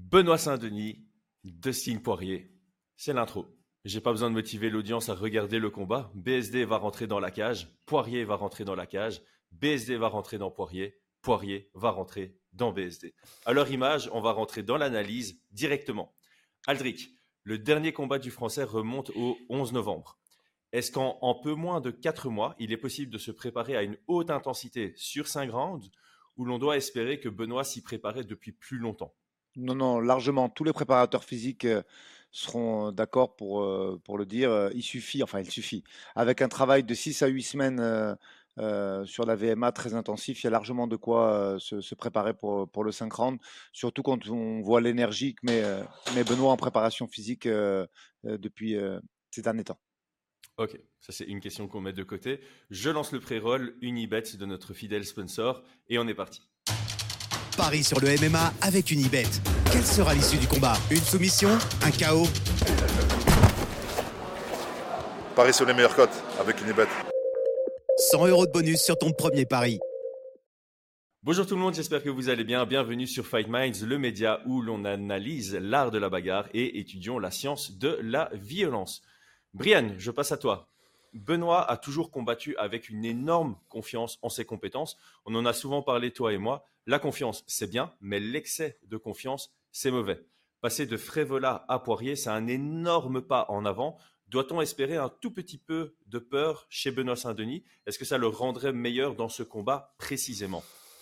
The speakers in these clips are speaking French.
Benoît Saint-Denis, Dustin Poirier, c'est l'intro. J'ai pas besoin de motiver l'audience à regarder le combat. BSD va rentrer dans la cage, Poirier va rentrer dans la cage, BSD va rentrer dans Poirier, Poirier va rentrer dans BSD. À leur image, on va rentrer dans l'analyse directement. Aldric, le dernier combat du Français remonte au 11 novembre. Est-ce qu'en peu moins de 4 mois, il est possible de se préparer à une haute intensité sur 5 rounds ou l'on doit espérer que Benoît s'y préparait depuis plus longtemps? Non, non, largement. Tous les préparateurs physiques seront d'accord pour le dire. Il suffit. Avec un travail de 6 à 8 semaines sur la VMA très intensif, il y a largement de quoi se préparer pour le 5 rounds. Surtout quand on voit l'énergie que met Benoît en préparation physique depuis ces derniers temps. Ok, ça c'est une question qu'on met de côté. Je lance le pré-roll, Unibet de notre fidèle sponsor, et on est parti. Paris sur le MMA avec Unibet. Quelle sera l'issue du combat? Une soumission? Un KO? Paris sur les meilleures cotes avec Unibet. 100 € de bonus sur ton premier pari. Bonjour tout le monde, j'espère que vous allez bien. Bienvenue sur Fight Minds, le média où l'on analyse l'art de la bagarre et étudions la science de la violence. Brian, je passe à toi. Benoît a toujours combattu avec une énorme confiance en ses compétences. On en a souvent parlé, toi et moi. La confiance, c'est bien, mais l'excès de confiance, c'est mauvais. Passer de Frévola à Poirier, c'est un énorme pas en avant. Doit-on espérer un tout petit peu de peur chez Benoît Saint-Denis? Est-ce que ça le rendrait meilleur dans ce combat précisément?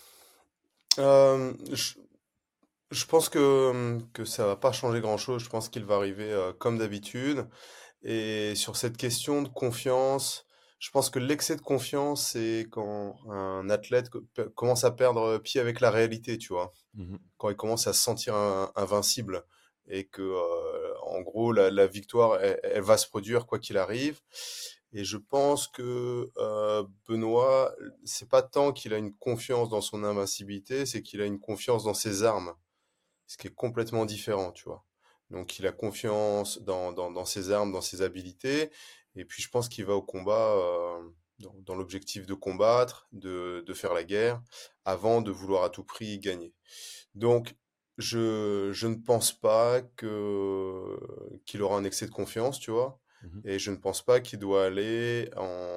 Euh, je, je pense que ça va pas changer grand-chose. Je pense qu'il va arriver comme d'habitude. Et sur cette question de confiance, je pense que l'excès de confiance, c'est quand un athlète commence à perdre pied avec la réalité, tu vois. Mhm. Quand il commence à se sentir invincible et que, en gros, la victoire, elle va se produire quoi qu'il arrive. Et je pense que Benoît, c'est pas tant qu'il a une confiance dans son invincibilité, c'est qu'il a une confiance dans ses armes, ce qui est complètement différent, tu vois. Donc il a confiance dans ses armes, dans ses habilités, et puis je pense qu'il va au combat dans l'objectif de combattre, de faire la guerre, avant de vouloir à tout prix gagner. Donc je ne pense pas qu'il aura un excès de confiance, tu vois, Mhm. et je ne pense pas qu'il doit aller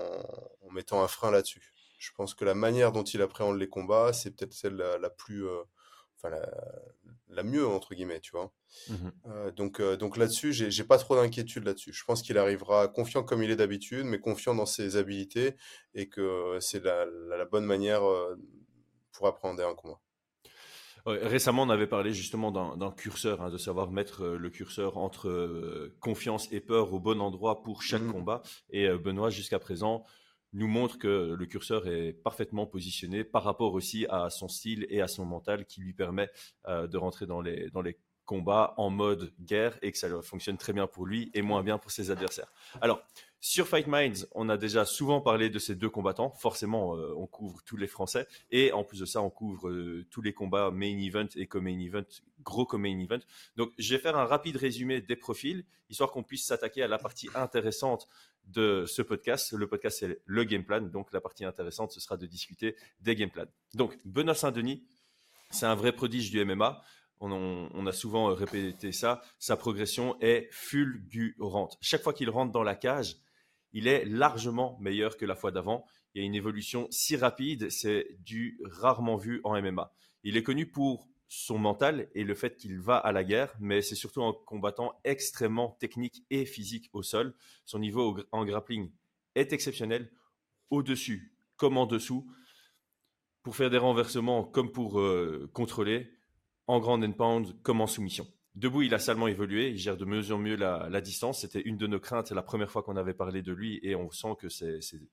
en mettant un frein là-dessus. Je pense que la manière dont il appréhende les combats, c'est peut-être celle la plus, enfin la mieux entre guillemets, tu vois. Mhm. Donc là-dessus, j'ai pas trop d'inquiétude là-dessus. Je pense qu'il arrivera confiant comme il est d'habitude, mais confiant dans ses habilités et que c'est la bonne manière pour appréhender un combat. Ouais, récemment, on avait parlé justement d'un curseur, hein, de savoir mettre le curseur entre confiance et peur au bon endroit pour chaque Mhm. combat. Et Benoît, jusqu'à présent, nous montre que le curseur est parfaitement positionné par rapport aussi à son style et à son mental qui lui permet de rentrer dans les combats en mode guerre et que ça fonctionne très bien pour lui et moins bien pour ses adversaires. Alors, sur Fight Minds, on a déjà souvent parlé de ces deux combattants. Forcément, on couvre tous les Français. Et en plus de ça, on couvre tous les combats main event et co-main event, gros co-main event. Donc, je vais faire un rapide résumé des profils, histoire qu'on puisse s'attaquer à la partie intéressante de ce podcast. Le podcast, c'est le game plan. Donc, la partie intéressante, ce sera de discuter des game plans. Donc, Benoît Saint-Denis, c'est un vrai prodige du MMA. On a souvent répété ça. Sa progression est fulgurante. Chaque fois qu'il rentre dans la cage, il est largement meilleur que la fois d'avant. Il y a une évolution si rapide, c'est du rarement vu en MMA. Il est connu pour son mental et le fait qu'il va à la guerre, mais c'est surtout un combattant extrêmement technique et physique au sol. Son niveau en grappling est exceptionnel, au-dessus comme en dessous, pour faire des renversements comme pour contrôler, en ground and pound comme en soumission. Debout, il a salement évolué, il gère de mieux en mieux la distance. C'était une de nos craintes la première fois qu'on avait parlé de lui et on sent que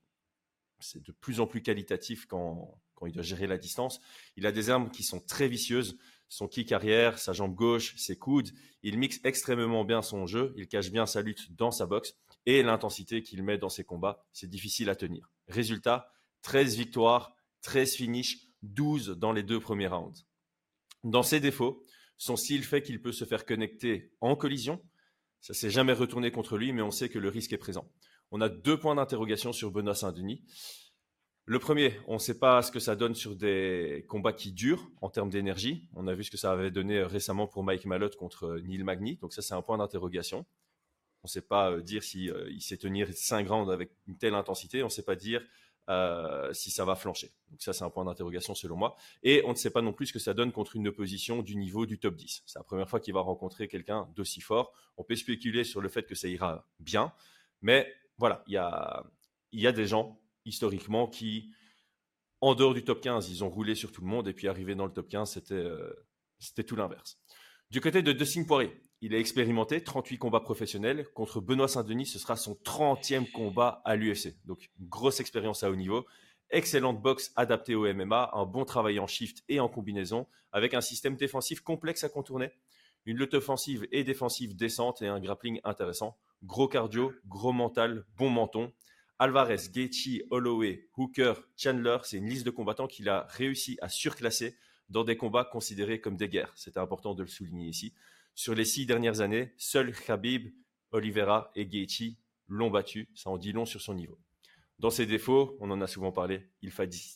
c'est de plus en plus qualitatif quand il doit gérer la distance. Il a des armes qui sont très vicieuses, son kick arrière, sa jambe gauche, ses coudes. Il mixe extrêmement bien son jeu, il cache bien sa lutte dans sa boxe et l'intensité qu'il met dans ses combats, c'est difficile à tenir. Résultat, 13 victoires, 13 finishes, 12 dans les 2 premiers rounds. Dans ses défauts, son style fait qu'il peut se faire connecter en collision. Ça s'est jamais retourné contre lui, mais on sait que le risque est présent. On a 2 points d'interrogation sur Benoît Saint-Denis. Le premier, on ne sait pas ce que ça donne sur des combats qui durent en termes d'énergie. On a vu ce que ça avait donné récemment pour Mike Malott contre Neil Magny. Donc ça, c'est un point d'interrogation. On ne sait pas dire si il sait tenir 5 rounds avec une telle intensité. On ne sait pas dire si ça va flancher. Donc ça, c'est un point d'interrogation selon moi. Et on ne sait pas non plus ce que ça donne contre une opposition du niveau du top 10. C'est la première fois qu'il va rencontrer quelqu'un d'aussi fort. On peut spéculer sur le fait que ça ira bien. Mais voilà, il y a des gens, historiquement, qui, en dehors du top 15, ils ont roulé sur tout le monde. Et puis, arrivé dans le top 15, c'était tout l'inverse. Du côté de Dustin Poirier, il est expérimenté, 38 combats professionnels. Contre Benoît Saint-Denis, ce sera son 30e combat à l'UFC. Donc, grosse expérience à haut niveau. Excellente boxe adaptée au MMA, un bon travail en shift et en combinaison, avec un système défensif complexe à contourner, une lutte offensive et défensive décente et un grappling intéressant. Gros cardio, gros mental, bon menton. Alvarez, Gaethje, Holloway, Hooker, Chandler, c'est une liste de combattants qu'il a réussi à surclasser dans des combats considérés comme des guerres. C'était important de le souligner ici. Sur les 6 dernières années, seuls Khabib, Oliveira et Gaethje l'ont battu. Ça en dit long sur son niveau. Dans ses défauts, on en a souvent parlé, il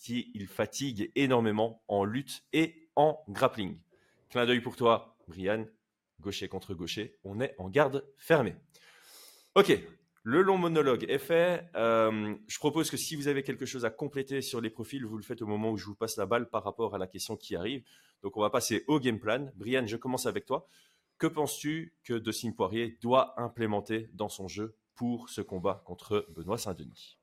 fatigue énormément en lutte et en grappling. Clin d'œil pour toi, Brian. Gaucher contre gaucher, on est en garde fermée. Ok, le long monologue est fait. Je propose que si vous avez quelque chose à compléter sur les profils, vous le faites au moment où je vous passe la balle par rapport à la question qui arrive. Donc, on va passer au game plan. Brian, je commence avec toi. Que penses-tu que Dustin Poirier doit implémenter dans son jeu pour ce combat contre Benoît Saint-Denis?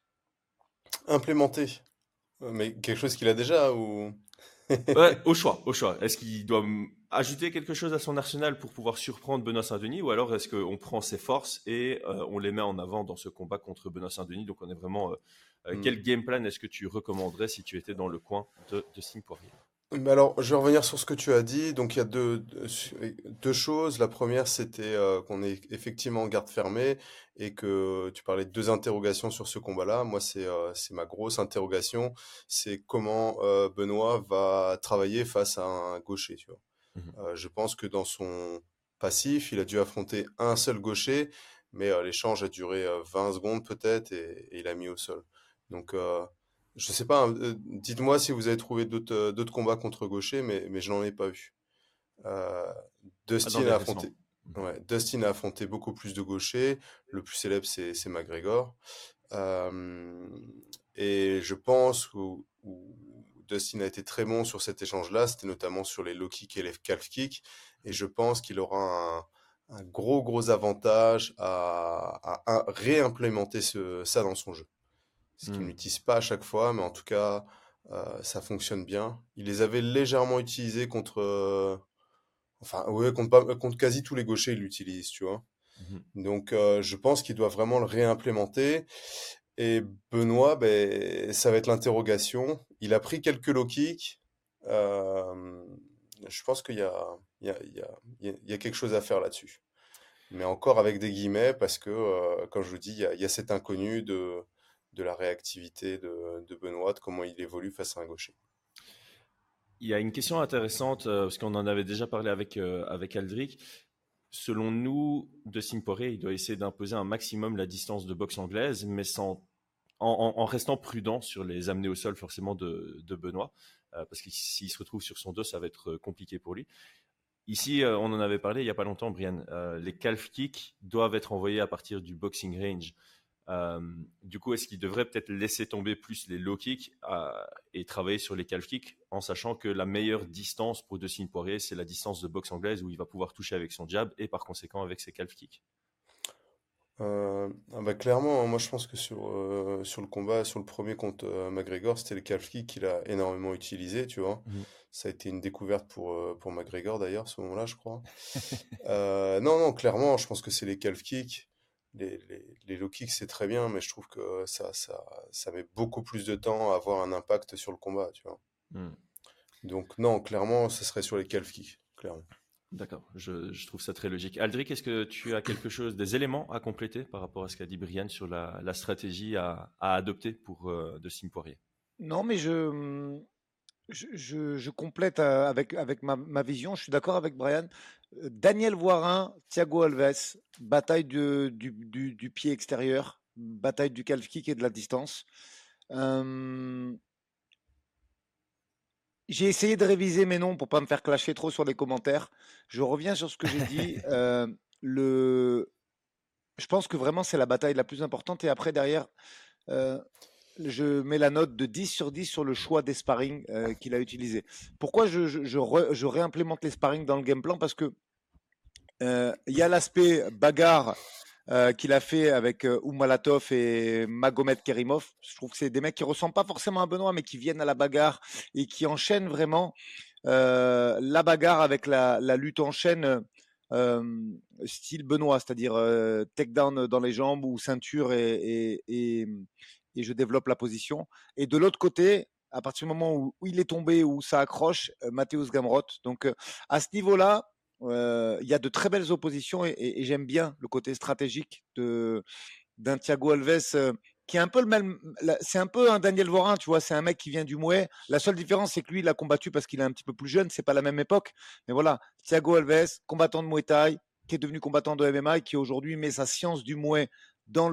Implémenter. Mais quelque chose qu'il a déjà ou... Ouais, au choix. Est-ce qu'il doit ajouter quelque chose à son arsenal pour pouvoir surprendre Benoît Saint-Denis, ou alors est-ce qu'on prend ses forces et on les met en avant dans ce combat contre Benoît Saint-Denis? Donc on est vraiment... Quel game plan est-ce que tu recommanderais si tu étais dans le coin de Dustin Poirier? Mais alors, je vais revenir sur ce que tu as dit. Donc, il y a deux choses. La première, c'était qu'on est effectivement en garde fermée et que tu parlais de deux interrogations sur ce combat-là. Moi, c'est ma grosse interrogation. C'est comment Benoît va travailler face à un gaucher, tu vois. Je pense que dans son passif, il a dû affronter un seul gaucher, mais l'échange a duré 20 secondes peut-être et il a mis au sol. Donc, je sais pas, hein, dites-moi si vous avez trouvé d'autres combats contre gaucher, mais je n'en ai pas eu. Euh, Dans Dustin les a récents. affronté, ouais, Dustin a affronté beaucoup plus de gauchers. Le plus célèbre, c'est McGregor. Euh, et je pense où Dustin a été très bon sur cet échange-là, c'était notamment sur les low kicks et les calf kicks. Et je pense qu'il aura un gros avantage à réimplémenter ça dans son jeu. Ce qu'il n'utilise pas à chaque fois, mais en tout cas, ça fonctionne bien. Il les avait légèrement utilisés enfin, ouais, contre quasi tous les gauchers, il l'utilise, tu vois. Donc, je pense qu'il doit vraiment le réimplémenter. Et Benoît, ben, ça va être l'interrogation. Il a pris quelques low kicks. Euh, je pense qu'il y a, il y a quelque chose à faire là-dessus. Mais encore avec des guillemets, parce que, comme je vous dis, il y a cet inconnu de la réactivité de Benoît, de comment il évolue face à un gaucher. Il y a une question intéressante, parce qu'on en avait déjà parlé avec Aldric. Selon nous, Dustin Poirier, il doit essayer d'imposer un maximum la distance de boxe anglaise, mais en restant prudent sur les amener au sol forcément de Benoît, parce que s'il se retrouve sur son dos, ça va être compliqué pour lui. Ici, on en avait parlé il n'y a pas longtemps, Brian. Les calf kicks doivent être envoyés à partir du boxing range. Du coup, est-ce qu'il devrait peut-être laisser tomber plus les low kicks et travailler sur les calf kicks, en sachant que la meilleure distance pour Dustin Poirier, c'est la distance de boxe anglaise où il va pouvoir toucher avec son jab et par conséquent avec ses calf kicks? Bah clairement, hein, moi je pense que sur le combat, sur le premier contre McGregor, c'était le calf kick qu'il a énormément utilisé, tu vois. Ça a été une découverte pour McGregor d'ailleurs, ce moment-là, je crois. Non, clairement, je pense que c'est les calf kicks. Les low kicks, c'est très bien, mais je trouve que ça met beaucoup plus de temps à avoir un impact sur le combat, tu vois. Donc non, clairement, ce serait sur les calf kicks, clairement. D'accord, je trouve ça très logique. Aldric, est-ce que tu as quelque chose, des éléments à compléter par rapport à ce qu'a dit Brian sur la stratégie à adopter pour Dustin Poirier? Non, mais je complète avec ma vision. Je suis d'accord avec Brian. Daniel Voirin, Thiago Alves, bataille du pied extérieur, bataille du calf kick et de la distance. Euh, J'ai essayé de réviser mes noms pour pas me faire clasher trop sur les commentaires. Je reviens sur ce que j'ai dit. Le... Je pense que vraiment c'est la bataille la plus importante. Et après, derrière, euh, je mets la note de 10 sur 10 sur le choix des sparring qu'il a utilisé. Pourquoi je réimplémente les sparring dans le game plan? Parce que il y a l'aspect bagarre qu'il a fait avec Oumalatov et Magomed Kerimov. Je trouve que c'est des mecs qui ressemblent pas forcément à Benoît, mais qui viennent à la bagarre et qui enchaînent vraiment la bagarre avec la lutte en chaîne style Benoît, c'est-à-dire takedown dans les jambes ou ceinture et je développe la position. Et de l'autre côté, à partir du moment où il est tombé, où ça accroche, Mateusz Gamrot. Donc à ce niveau-là, il y a de très belles oppositions et j'aime bien le côté stratégique d'un Thiago Alves qui est un peu le même. C'est un peu un Daniel Vorin, tu vois. C'est un mec qui vient du Mouet. La seule différence, c'est que lui, il a combattu parce qu'il est un petit peu plus jeune. C'est pas la même époque. Mais voilà, Thiago Alves, combattant de Muay Thai, qui est devenu combattant de MMA et qui aujourd'hui met sa science du Mouet dans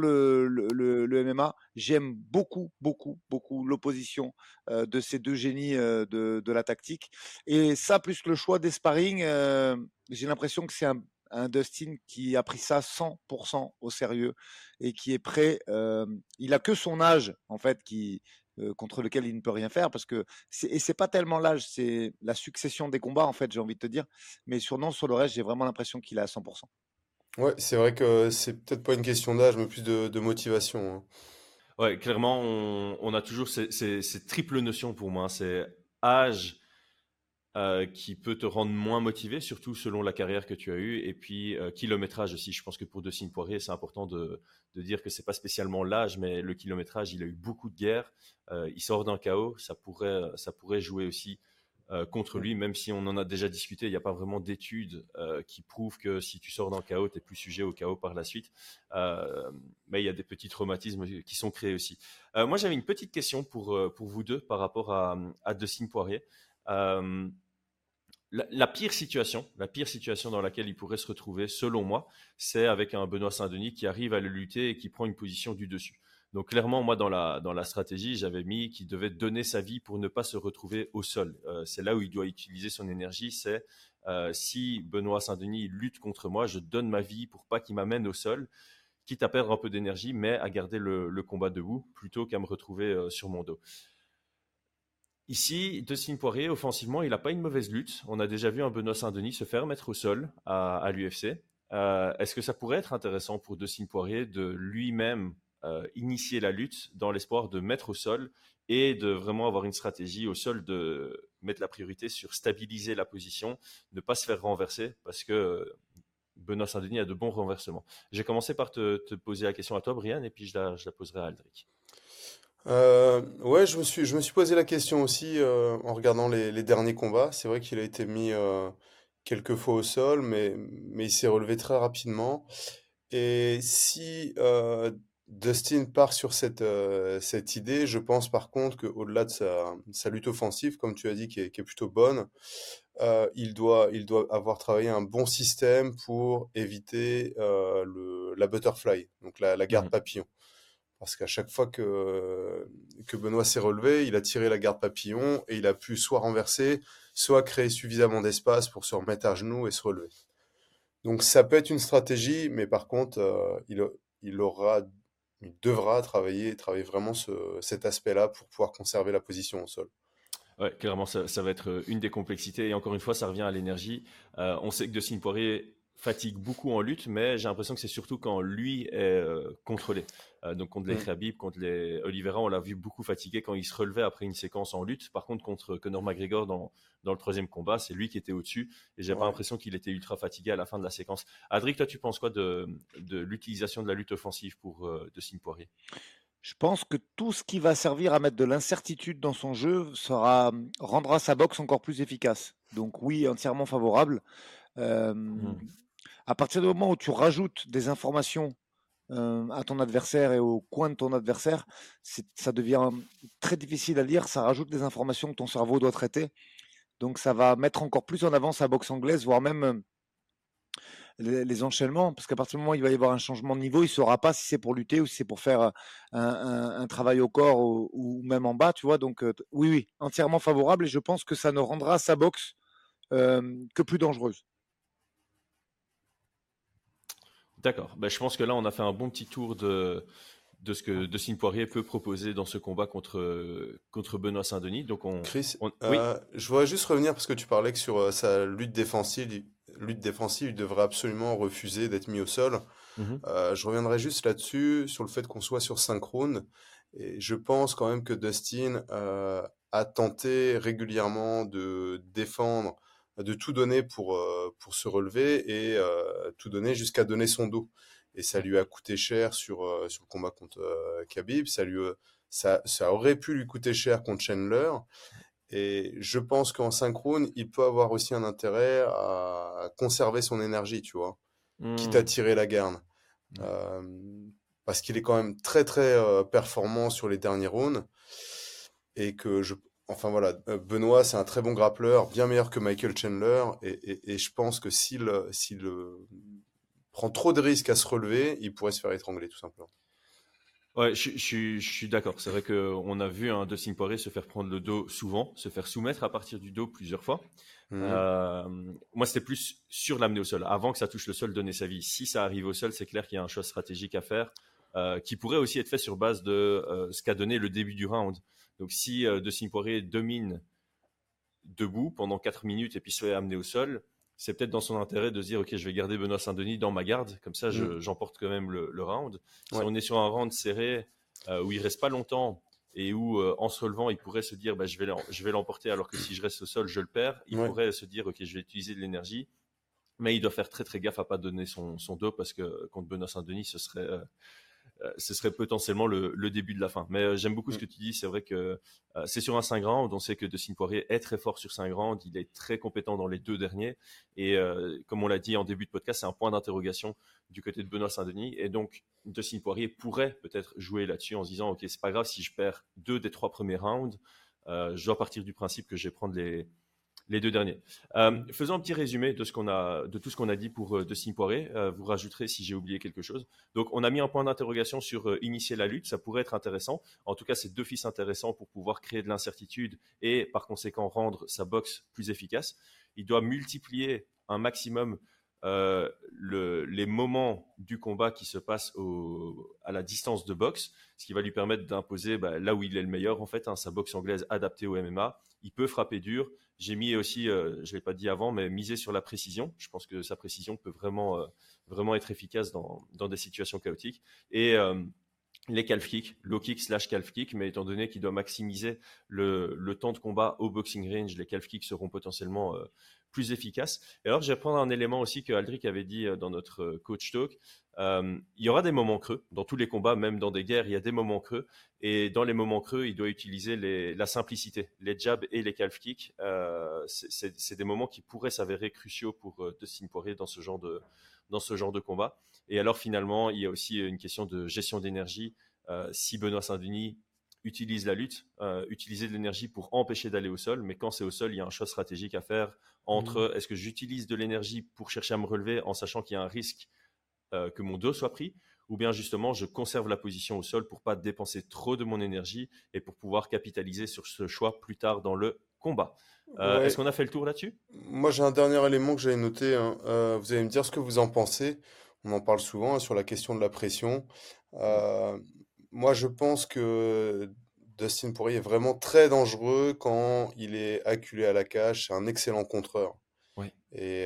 le MMA. J'aime beaucoup, beaucoup, beaucoup l'opposition de ces deux génies de la tactique. Et ça, plus le choix des sparring, j'ai l'impression que c'est un Dustin qui a pris ça 100% au sérieux et qui est prêt. Il a que son âge en fait contre lequel il ne peut rien faire parce que c'est pas tellement l'âge, c'est la succession des combats en fait, j'ai envie de te dire. Mais sur le reste, j'ai vraiment l'impression qu'il est à 100%. Ouais, c'est vrai que c'est peut-être pas une question d'âge, mais plus de motivation, hein. Ouais, clairement, on a toujours ces triples notions pour moi. C'est âge qui peut te rendre moins motivé, surtout selon la carrière que tu as eue, et puis kilométrage aussi. Je pense que pour Dustin Poirier, c'est important de dire que c'est pas spécialement l'âge, mais le kilométrage. Il a eu beaucoup de guerres. Il sort d'un chaos, ça pourrait jouer aussi contre lui, même si on en a déjà discuté. Il n'y a pas vraiment d'études qui prouvent que si tu sors d'un chaos, tu es plus sujet au chaos par la suite. Mais il y a des petits traumatismes qui sont créés aussi. Moi, j'avais une petite question pour vous deux par rapport à Dustin Poirier. Euh, la pire situation dans laquelle il pourrait se retrouver, selon moi, c'est avec un Benoît Saint-Denis qui arrive à le lutter et qui prend une position du dessus. Donc clairement, moi, dans la stratégie, j'avais mis qu'il devait donner sa vie pour ne pas se retrouver au sol. C'est là où il doit utiliser son énergie. C'est si Benoît Saint-Denis lutte contre moi, je donne ma vie pour pas qu'il m'amène au sol, quitte à perdre un peu d'énergie, mais à garder le combat debout plutôt qu'à me retrouver sur mon dos. Ici, Dustin Poirier, offensivement, il n'a pas une mauvaise lutte. On a déjà vu un Benoît Saint-Denis se faire mettre au sol à l'UFC. Est-ce que ça pourrait être intéressant pour Dustin Poirier de lui-même initier la lutte dans l'espoir de mettre au sol et de vraiment avoir une stratégie au sol, de mettre la priorité sur stabiliser la position, ne pas se faire renverser parce que Benoît Saint-Denis a de bons renversements. J'ai commencé par te poser la question à toi, Brian, et puis je la poserai à Aldric. Ouais, je me suis posé la question aussi en regardant les derniers combats. C'est vrai qu'il a été mis quelques fois au sol, mais il s'est relevé très rapidement. Et si Dustin part sur cette idée, je pense par contre qu'au-delà de sa lutte offensive, comme tu as dit, qui est plutôt bonne, il doit avoir travaillé un bon système pour éviter la butterfly, donc la garde Mhm. papillon. Parce qu'à chaque fois que Benoît s'est relevé, il a tiré la garde papillon et il a pu soit renverser, soit créer suffisamment d'espace pour se remettre à genoux et se relever. Donc ça peut être une stratégie, mais par contre, il aura, il devra travailler vraiment cet aspect-là pour pouvoir conserver la position au sol. Ouais, clairement, ça va être une des complexités. Et encore une fois, ça revient à l'énergie. On sait que Dustin Poirier fatigue beaucoup en lutte, mais j'ai l'impression que c'est surtout quand lui est contrôlé. Donc contre les Mm. Khabib, contre les Oliveira, on l'a vu beaucoup fatigué quand il se relevait après une séquence en lutte. Par contre, contre Conor McGregor dans le troisième combat, c'est lui qui était au-dessus. Et j'ai pas Ouais. l'impression qu'il était ultra fatigué à la fin de la séquence. Adric, toi, tu penses quoi de l'utilisation de la lutte offensive pour Dustin Poirier? Je pense que tout ce qui va servir à mettre de l'incertitude dans son jeu rendra sa boxe encore plus efficace. Donc oui, entièrement favorable. Euh, Mhm. à partir du moment où tu rajoutes des informations à ton adversaire et au coin de ton adversaire, ça devient très difficile à lire. Ça rajoute des informations que ton cerveau doit traiter. Donc ça va mettre encore plus en avant sa boxe anglaise, voire même les enchaînements, parce qu'à partir du moment où il va y avoir un changement de niveau, il ne saura pas si c'est pour lutter ou si c'est pour faire un travail au corps ou même en bas, tu vois. Donc, oui, oui, entièrement favorable et je pense que ça ne rendra sa boxe que plus dangereuse. D'accord. Ben, je pense que là, on a fait un bon petit tour de ce que Dustin Poirier peut proposer dans ce combat contre Benoît Saint-Denis. Donc, Chris, oui. je voudrais juste revenir parce que tu parlais que sur sa lutte défensive, il devrait absolument refuser d'être mis au sol. Mhm. Je reviendrai juste là-dessus, sur le fait qu'on soit sur 5 rounds. Et je pense quand même que Dustin a tenté régulièrement de défendre, de tout donner pour se relever et tout donner jusqu'à donner son dos. Et ça lui a coûté cher sur le combat contre Khabib. Ça aurait pu lui coûter cher contre Chandler. Et je pense qu'en synchrone, il peut avoir aussi un intérêt à conserver son énergie, tu vois, quitte à tirer la garde. Euh, Parce qu'il est quand même très très performant sur les derniers rounds. Et enfin voilà, Benoît, c'est un très bon grappleur, bien meilleur que Michael Chandler. Et je pense que s'il prend trop de risques à se relever, il pourrait se faire étrangler, tout simplement. Ouais, je suis d'accord. C'est vrai qu'on a vu un Dustin Poirier se faire prendre le dos souvent, se faire soumettre à partir du dos plusieurs fois. Mhm. Moi, c'était plus sur l'amener au sol. Avant que ça touche le sol, donner sa vie. Si ça arrive au sol, c'est clair qu'il y a un choix stratégique à faire qui pourrait aussi être fait sur base de ce qu'a donné le début du round. Donc, si Dustin Poirier domine debout pendant 4 minutes et puis se fait amener au sol, c'est peut-être dans son intérêt de se dire, OK, je vais garder Benoît Saint-Denis dans ma garde. Comme ça, Mhm. j'emporte quand même le round. Si Ouais. on est sur un round serré où il reste pas longtemps et où, en se relevant, il pourrait se dire, bah, je vais l'emporter alors que si je reste au sol, je le perds. Il Ouais. pourrait se dire, OK, je vais utiliser de l'énergie. Mais il doit faire très, très gaffe à pas donner son dos parce que contre Benoît Saint-Denis, ce serait potentiellement le début de la fin. Mais j'aime beaucoup ce Mm. que tu dis. C'est vrai que c'est sur un 5 rounds. On sait que Dustin Poirier est très fort sur 5 rounds. Il est très compétent dans les 2 derniers. Et comme on l'a dit en début de podcast, c'est un point d'interrogation du côté de Benoît Saint-Denis. Et donc, Dustin Poirier pourrait peut-être jouer là-dessus en se disant, OK, c'est pas grave si je perds 2 des 3 premiers rounds. Je dois partir du principe que je vais prendre les 2 derniers. Faisons un petit résumé de tout ce qu'on a dit pour Dustin Poirier. Vous rajouterez si j'ai oublié quelque chose. Donc, on a mis un point d'interrogation sur initier la lutte. Ça pourrait être intéressant. En tout cas, c'est d'office intéressant pour pouvoir créer de l'incertitude et par conséquent rendre sa boxe plus efficace. Il doit multiplier un maximum les moments du combat qui se passent à la distance de boxe, ce qui va lui permettre d'imposer là où il est le meilleur, en fait, sa boxe anglaise adaptée au MMA. Il peut frapper dur. J'ai mis aussi, je ne l'ai pas dit avant, mais miser sur la précision. Je pense que sa précision peut vraiment être efficace dans des situations chaotiques. Et les calf kicks, low kick / calf kick, mais étant donné qu'il doit maximiser le temps de combat au boxing range, les calf kicks seront potentiellement plus efficaces. Et alors, je vais prendre un élément aussi que Aldric avait dit dans notre coach talk. Il y aura des moments creux dans tous les combats, même dans des guerres, il y a des moments creux. Et dans les moments creux, il doit utiliser la simplicité, les jabs et les calf kicks. C'est des moments qui pourraient s'avérer cruciaux pour Dustin Poirier dans ce genre de combat. Et alors finalement, il y a aussi une question de gestion d'énergie. Si Benoît Saint-Denis utilise la lutte, utiliser de l'énergie pour empêcher d'aller au sol, mais quand c'est au sol, il y a un choix stratégique à faire entre est-ce que j'utilise de l'énergie pour chercher à me relever en sachant qu'il y a un risque que mon dos soit pris, ou bien justement je conserve la position au sol pour pas dépenser trop de mon énergie et pour pouvoir capitaliser sur ce choix plus tard dans le combat. Est-ce Ouais. qu'on a fait le tour là-dessus? Moi, j'ai un dernier élément que j'avais noté, hein. Vous allez me dire ce que vous en pensez. On en parle souvent, hein, sur la question de la pression. Euh, Moi, je pense que Dustin Poirier est vraiment très dangereux quand il est acculé à la cage. C'est un excellent contreur. Oui. Et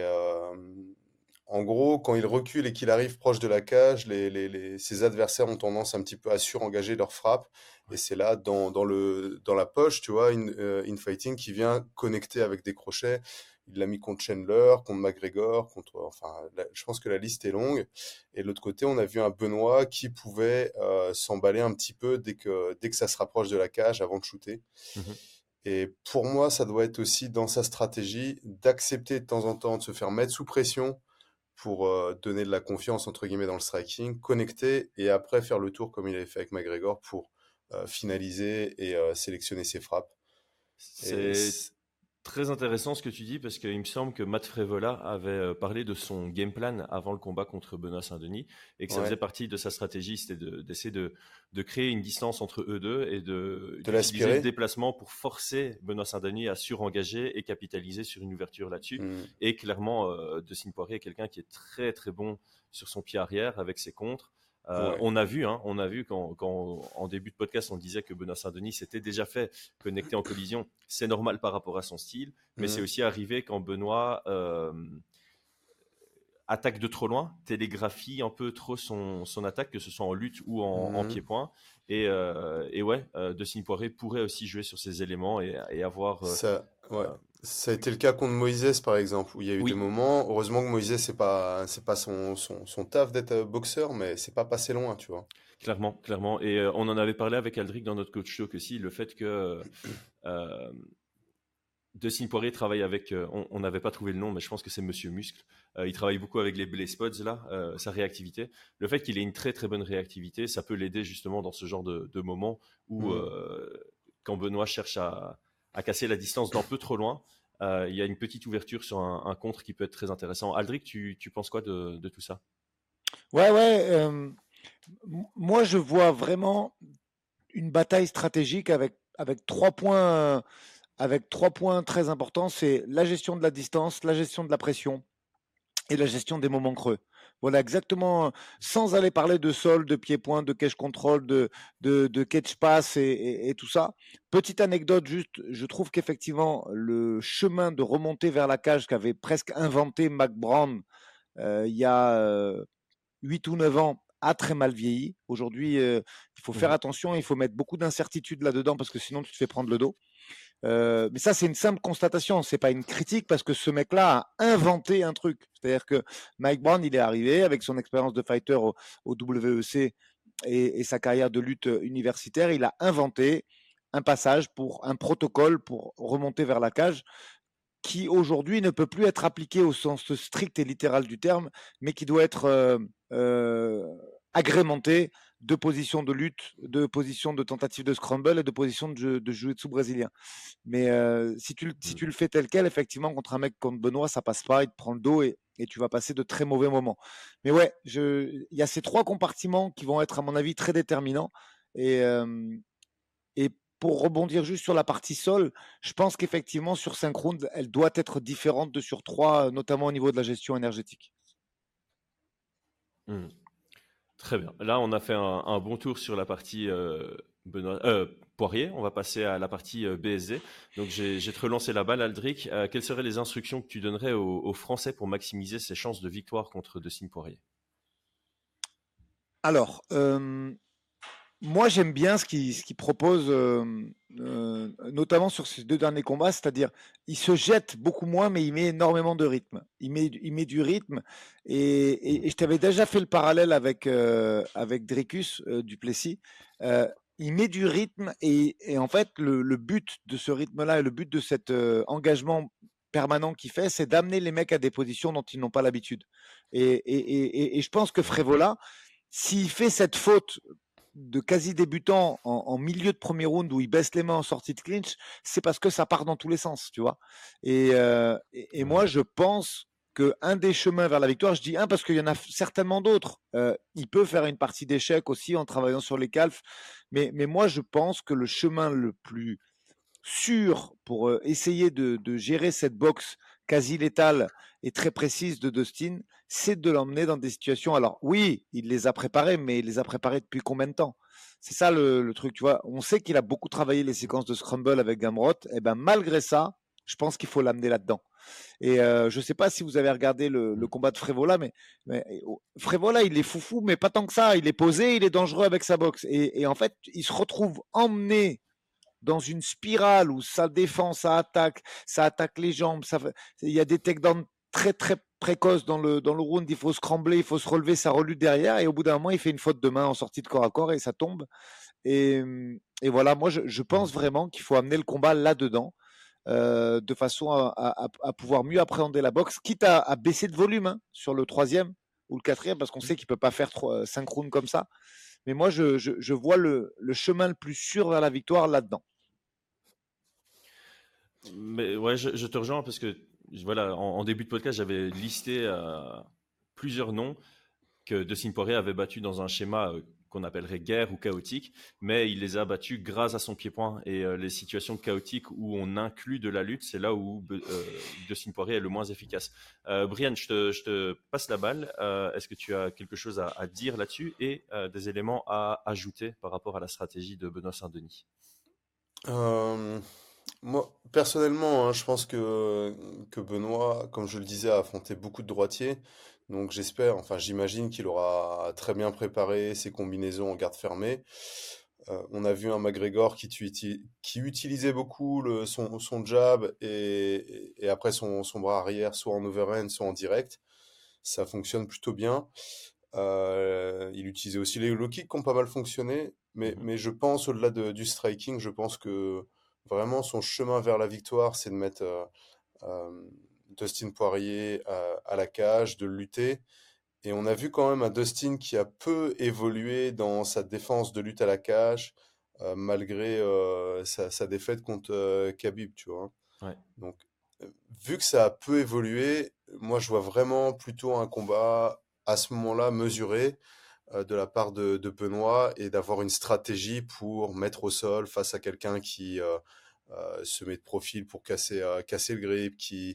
en gros, quand il recule et qu'il arrive proche de la cage, ses adversaires ont tendance un petit peu à surengager leur frappe. Et c'est là, dans la poche, tu vois, Infighting qui vient connecter avec des crochets. Il l'a mis contre Chandler, contre McGregor, enfin, je pense que la liste est longue. Et de l'autre côté, on a vu un Benoît qui pouvait s'emballer un petit peu dès que ça se rapproche de la cage avant de shooter. Mhm. Et pour moi, ça doit être aussi dans sa stratégie d'accepter de temps en temps de se faire mettre sous pression pour donner de la confiance, entre guillemets, dans le striking, connecter et après faire le tour comme il avait fait avec McGregor pour finaliser et sélectionner ses frappes. Et C'est Très intéressant ce que tu dis parce qu'il me semble que Matt Frevola avait parlé de son game plan avant le combat contre Benoît Saint-Denis et que ça faisait Ouais. partie de sa stratégie, c'était d'essayer de créer une distance entre eux deux et De d'utiliser le l'aspirer. déplacement pour forcer Benoît Saint-Denis à surengager et capitaliser sur une ouverture là-dessus. Mm. Et clairement, Dustin Poirier est quelqu'un qui est très très bon sur son pied arrière avec ses contres. Ouais. On a vu quand en début de podcast on disait que Benoît Saint-Denis s'était déjà fait connecter en collision. C'est normal par rapport à son style, mais c'est Mm. aussi arrivé quand Benoît attaque de trop loin, télégraphie un peu trop son attaque, que ce soit en lutte ou en Mm. pied-point. Et ouais, Dustin Poirier pourrait aussi jouer sur ces éléments et avoir. Ça, ouais. Euh, Ça a été le cas contre Moïse, par exemple, où il y a eu des oui, moments. Heureusement que Moïse, c'est pas son taf d'être boxeur, mais c'est pas passé loin, tu vois. clairement, clairement. Et on en avait parlé avec Aldric dans notre coach talk aussi, le fait que Dustin Poirier travaille avec, on n'avait pas trouvé le nom, mais je pense que c'est Monsieur Muscle. Il travaille beaucoup avec les Blaze Pods, là, sa réactivité. Le fait qu'il ait une très très bonne réactivité, ça peut l'aider justement dans ce genre de moments où, Mm. quand Benoît cherche à casser la distance d'un peu trop loin, il y a une petite ouverture sur un contre qui peut être très intéressant. Aldric, tu penses quoi de tout ça? Ouais, moi je vois vraiment une bataille stratégique avec 3 points. Avec 3 points très importants, c'est la gestion de la distance, la gestion de la pression et la gestion des moments creux. Voilà exactement, sans aller parler de sol, de pied-point, de cage control, de catch pass et tout ça. Petite anecdote juste, je trouve qu'effectivement, le chemin de remonter vers la cage qu'avait presque inventé Mac Brown il y a 8 ou 9 ans a très mal vieilli. Aujourd'hui, il faut faire attention, il faut mettre beaucoup d'incertitudes là-dedans parce que sinon tu te fais prendre le dos. Mais ça, c'est une simple constatation, c'est pas une critique parce que ce mec-là a inventé un truc. C'est-à-dire que Mike Brown, il est arrivé avec son expérience de fighter au WEC et sa carrière de lutte universitaire, il a inventé un passage pour un protocole pour remonter vers la cage qui aujourd'hui ne peut plus être appliqué au sens strict et littéral du terme, mais qui doit être agrémenté de positions de lutte, de positions de tentative de scramble et de positions de jiu-jitsu brésilien. Mais si tu le fais tel quel, effectivement, contre un mec comme Benoît, ça passe pas, il te prend le dos et tu vas passer de très mauvais moments. Mais ouais, il y a ces 3 compartiments qui vont être, à mon avis, très déterminants. Et pour rebondir juste sur la partie sol, je pense qu'effectivement, sur 5 rounds, elle doit être différente de sur 3, notamment au niveau de la gestion énergétique. Hmm. Très bien. Là, on a fait un bon tour sur la partie Poirier. On va passer à la partie BSD. Donc, j'ai te relancé la balle, Aldric. Quelles seraient les instructions que tu donnerais aux Français pour maximiser ses chances de victoire contre Dustin Poirier? Alors, moi, j'aime bien ce qu'il propose, notamment sur ces 2 derniers combats, c'est-à-dire, il se jette beaucoup moins, mais il met énormément de rythme. Il met du rythme, et je t'avais déjà fait le parallèle avec Dricus Duplessis. Il met du rythme, et en fait, le but de ce rythme-là et le but de cet engagement permanent qu'il fait, c'est d'amener les mecs à des positions dont ils n'ont pas l'habitude. Et je pense que Frevola, s'il fait cette faute de quasi débutant en milieu de premier round où il baisse les mains en sortie de clinch, c'est parce que ça part dans tous les sens, tu vois. Et moi, je pense que un des chemins vers la victoire, je dis un parce qu'il y en a certainement d'autres. Il peut faire une partie d'échec aussi en travaillant sur les calfs, mais moi, je pense que le chemin le plus sûr pour essayer de gérer cette boxe quasi létale et très précise de Dustin, c'est de l'emmener dans des situations. Alors oui, il les a préparées, mais il les a préparées depuis combien de temps? C'est ça le truc, tu vois. On sait qu'il a beaucoup travaillé les séquences de scramble avec Gamrot. Et ben malgré ça, je pense qu'il faut l'amener là-dedans. Et je sais pas si vous avez regardé le combat de Frevola, mais Frevola, il est foufou, mais pas tant que ça. Il est posé, il est dangereux avec sa boxe. Et en fait, il se retrouve emmené dans une spirale où ça défend, ça attaque les jambes. Il y a des takedowns très très précoces dans le round. Il faut scrambler, il faut se relever, ça relute derrière. Et au bout d'un moment, il fait une faute de main en sortie de corps à corps et ça tombe. Et voilà, moi je pense vraiment qu'il faut amener le combat là-dedans. De façon à pouvoir mieux appréhender la boxe, quitte à baisser de volume sur le 3e ou le 4e, parce qu'on sait qu'il ne peut pas faire 5 rounds comme ça. Mais moi, je vois le chemin le plus sûr vers la victoire là-dedans. Mais ouais, je te rejoins parce que voilà, en début de podcast, j'avais listé plusieurs noms que Dustin Poirier avait battus dans un schéma qu'on appellerait guerre ou chaotique, mais il les a battus grâce à son pied-point. Et les situations chaotiques où on inclut de la lutte, c'est là où Dustin Poirier est le moins efficace. Brian, je te passe la balle. Est-ce que tu as quelque chose à dire là-dessus et des éléments à ajouter par rapport à la stratégie de Benoît Saint-Denis? Euh, Moi, personnellement, hein, je pense que Benoît, comme je le disais, a affronté beaucoup de droitiers. Donc j'espère, enfin j'imagine qu'il aura très bien préparé ses combinaisons en garde fermée. On a vu un McGregor qui utilisait beaucoup son jab et après son bras arrière, soit en overhand, soit en direct. Ça fonctionne plutôt bien. Il utilisait aussi les low kicks qui ont pas mal fonctionné. Mhm. Mais je pense, au-delà du striking, je pense que vraiment son chemin vers la victoire, c'est de mettre euh, Dustin Poirier à la cage, de lutter. Et on a vu quand même un Dustin qui a peu évolué dans sa défense de lutte à la cage, malgré sa défaite contre Khabib, tu vois. Ouais. Donc, vu que ça a peu évolué, moi je vois vraiment plutôt un combat à ce moment-là mesuré de la part de Benoît et d'avoir une stratégie pour mettre au sol face à quelqu'un qui se met de profil pour casser le grip, qui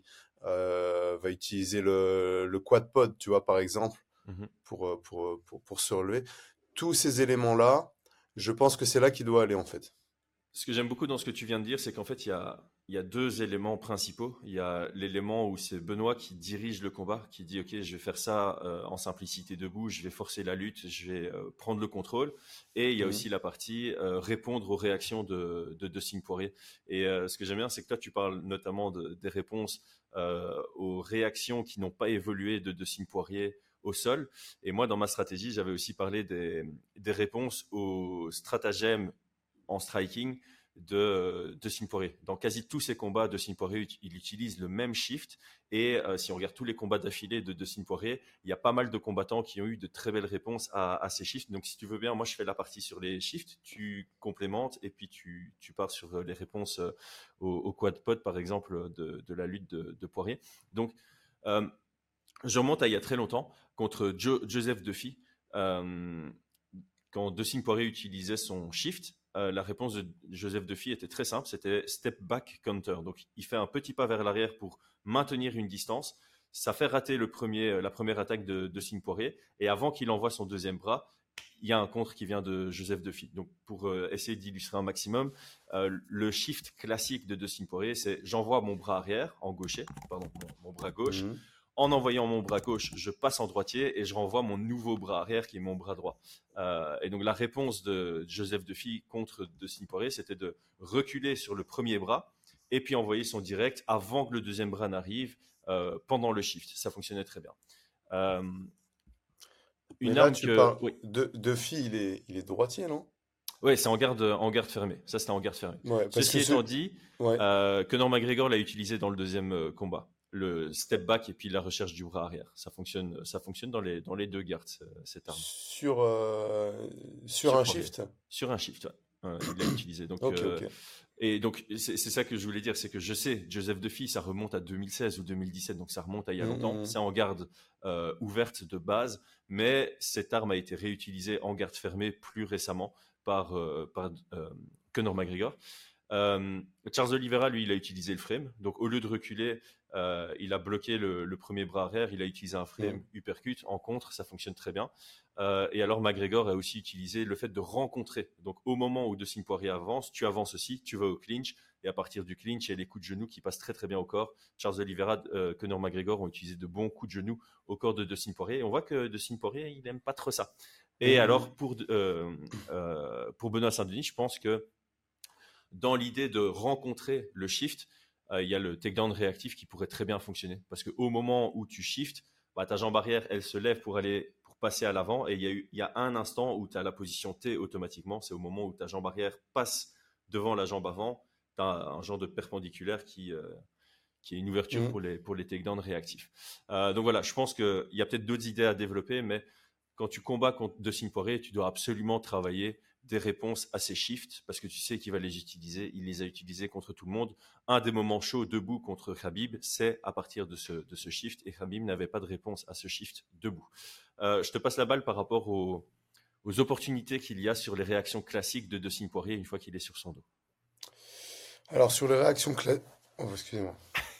va utiliser le quad pod, tu vois, par exemple, Mhm. pour se relever. Tous ces éléments-là, je pense que c'est là qu'il doit aller, en fait. Ce que j'aime beaucoup dans ce que tu viens de dire, c'est qu'en fait, il y a deux éléments principaux. Il y a l'élément où c'est Benoît qui dirige le combat, qui dit, OK, je vais faire ça en simplicité debout, je vais forcer la lutte, je vais prendre le contrôle. Et il y a Mhm. aussi la partie répondre aux réactions de Dustin Poirier. Et ce que j'aime bien, c'est que toi, tu parles notamment des réponses aux réactions qui n'ont pas évolué de Dustin Poirier au sol. Et moi, dans ma stratégie, j'avais aussi parlé des réponses aux stratagèmes en striking de Dustin Poirier. Dans quasi tous ses combats, Dustin Poirier, il utilise le même shift. Et si on regarde tous les combats d'affilée de Dustin Poirier, il y a pas mal de combattants qui ont eu de très belles réponses à ces shifts. Donc, si tu veux bien, moi, je fais la partie sur les shifts, tu complémentes et puis tu pars sur les réponses au quad pod, par exemple, de la lutte de Poirier. Donc, euh, je remonte à il y a très longtemps contre Joseph Duffy. Euh, Quand Dustin Poirier utilisait son shift, la réponse de Joseph Duffy était très simple, c'était step back counter. Donc il fait un petit pas vers l'arrière pour maintenir une distance. Ça fait rater la première attaque de Dustin Poirier. Et avant qu'il envoie son deuxième bras, il y a un contre qui vient de Joseph Duffy. Donc pour essayer d'illustrer un maximum, le shift classique de Dustin Poirier, c'est j'envoie mon bras arrière en gaucher, pardon, mon bras gauche. Mhm. En envoyant mon bras gauche, je passe en droitier et je renvoie mon nouveau bras arrière qui est mon bras droit. Et donc la réponse de Joseph Duffy contre Dustin Poirier, c'était de reculer sur le premier bras et puis envoyer son direct avant que le deuxième bras n'arrive pendant le shift. Ça fonctionnait très bien. Euh, Mais une là, arme tu que... parles Oui, de filles, il est droitier, non? ouais, c'est en garde fermée. Ça, c'était en garde fermée. Ouais, parce que Ceci étant dit, ouais. Conor McGregor l'a utilisé dans le deuxième combat. Le step back et puis la recherche du bras arrière. Ça fonctionne dans les deux gardes, cette arme. Sur, sur Sur un Poirier. shift? Sur un shift, ouais. Il l'a utilisé. Ok, ok. Et donc, c'est ça que je voulais dire, c'est que je sais, Joseph Duffy, ça remonte à 2016 ou 2017, donc ça remonte à il y a longtemps. Mhm. C'est en garde ouverte de base, mais cette arme a été réutilisée en garde fermée plus récemment par Conor McGregor. Charles Oliveira, lui, il a utilisé le frame. Donc, au lieu de reculer, il a bloqué le premier bras arrière. Il a utilisé un frame Mhm. uppercut en contre. Ça fonctionne très bien. Et alors, McGregor a aussi utilisé le fait de rencontrer. Donc, au moment où Dustin Poirier avance, tu avances aussi, tu vas au clinch. Et à partir du clinch, il y a les coups de genoux qui passent très très bien au corps. Charles Oliveira, Conor McGregor ont utilisé de bons coups de genoux au corps de Dustin Poirier. Et on voit que Dustin Poirier, il n'aime pas trop ça. Et Mhm. alors, pour Benoît Saint-Denis, je pense que dans l'idée de rencontrer le shift, il y a le takedown réactif qui pourrait très bien fonctionner. Parce qu'au moment où tu shifts, bah, ta jambe arrière, elle se lève pour passer à l'avant. Et il y a un instant où tu as la position T automatiquement. C'est au moment où ta jambe arrière passe devant la jambe avant. Tu as un genre de perpendiculaire qui est une ouverture Mhm. pour les takedowns réactifs. Donc voilà, je pense qu'il y a peut-être d'autres idées à développer, mais quand tu combats contre Dustin Poirier, tu dois absolument travailler des réponses à ses shifts, parce que tu sais qu'il va les utiliser. Il les a utilisés contre tout le monde. Un des moments chauds debout contre Khabib, c'est à partir de ce shift, et Khabib n'avait pas de réponse à ce shift debout. Je te passe la balle par rapport aux opportunités qu'il y a sur les réactions classiques de Dustin Poirier une fois qu'il est sur son dos. Alors, sur les réactions oh, excusez-moi.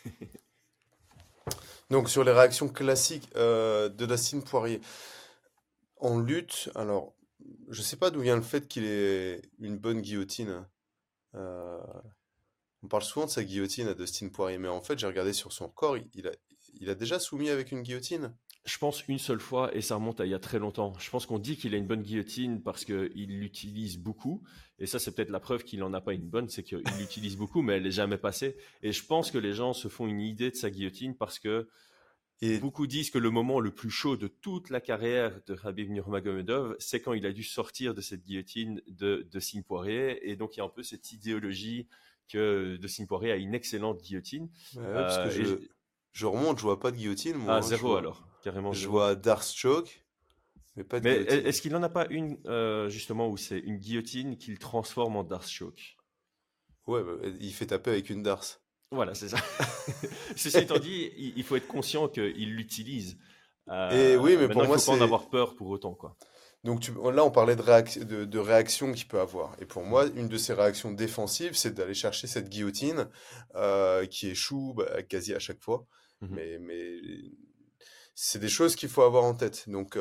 Donc, sur les réactions classiques de Dustin Poirier en lutte, alors, je sais pas d'où vient le fait qu'il ait une bonne guillotine. Euh, on parle souvent de sa guillotine à Dustin Poirier, mais en fait, j'ai regardé sur son corps, il a déjà soumis avec une guillotine. Je pense une seule fois, et ça remonte à il y a très longtemps. Je pense qu'on dit qu'il a une bonne guillotine parce qu'il l'utilise beaucoup. Et ça, c'est peut-être la preuve qu'il n'en a pas une bonne, c'est qu'il l'utilise beaucoup, mais elle n'est jamais passée. Et je pense que les gens se font une idée de sa guillotine parce que Et beaucoup disent que le moment le plus chaud de toute la carrière de Khabib Nurmagomedov, c'est quand il a dû sortir de cette guillotine de Dustin Poirier. Et donc, il y a un peu cette idéologie que Dustin Poirier a une excellente guillotine. ouais, parce que je remonte, je vois pas de guillotine, moi. Ah, zéro alors, carrément Je zéro. vois Darce Choke, mais pas de Mais guillotine. est-ce qu'il n'en a pas une, justement, où c'est une guillotine qu'il transforme en Darce Choke? Ouais, bah, il fait taper avec une Darce. Voilà, c'est ça. Ceci étant dit, il faut être conscient qu'il l'utilise. Et oui, mais Maintenant, pour il moi, ne faut pas en c'est. avoir peur pour autant, quoi. Donc là, on parlait de réaction qu'il peut avoir. Et pour moi, une de ses réactions défensives, c'est d'aller chercher cette guillotine qui échoue quasi à chaque fois. Mhm. Mais c'est des choses qu'il faut avoir en tête. Donc,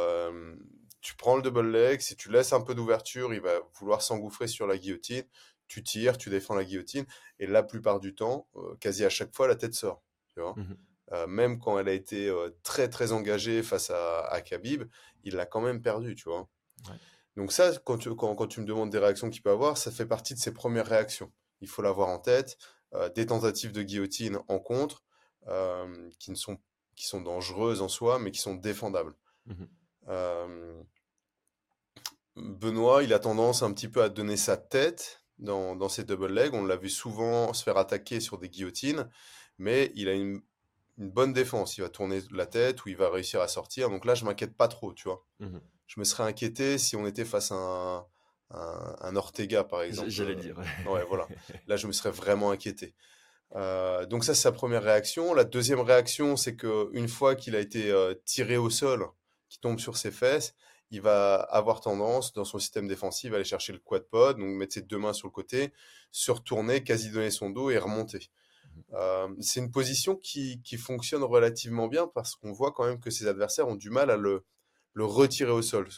tu prends le double leg, si tu laisses un peu d'ouverture, il va vouloir s'engouffrer sur la guillotine. Tu tires, tu défends la guillotine. Et la plupart du temps, quasi à chaque fois, la tête sort. Tu vois? Mhm. Même quand elle a été très très engagée face à Khabib, il l'a quand même perdu, tu vois. Ouais. Donc ça, quand tu me demandes des réactions qu'il peut avoir, ça fait partie de ses premières réactions. Il faut l'avoir en tête. Des tentatives de guillotine en contre, qui sont dangereuses en soi, mais qui sont défendables. Mhm. Euh, Benoît, il a tendance un petit peu à donner sa tête dans ses double legs. On l'a vu souvent se faire attaquer sur des guillotines, mais il a une bonne défense. Il va tourner la tête ou il va réussir à sortir. Donc là, je m'inquiète pas trop, tu vois. Mhm. Je me serais inquiété si on était face à un Ortega, par exemple. J'allais dire. Ouais, voilà. Là, je me serais vraiment inquiété. Donc ça, c'est sa première réaction. La deuxième réaction, c'est que une fois qu'il a été tiré au sol, qu'il tombe sur ses fesses, il va avoir tendance, dans son système défensif, à aller chercher le quad pod, donc mettre ses deux mains sur le côté, se retourner, quasi donner son dos et remonter. C'est une position qui fonctionne relativement bien parce qu'on voit quand même que ses adversaires ont du mal à le retirer au sol,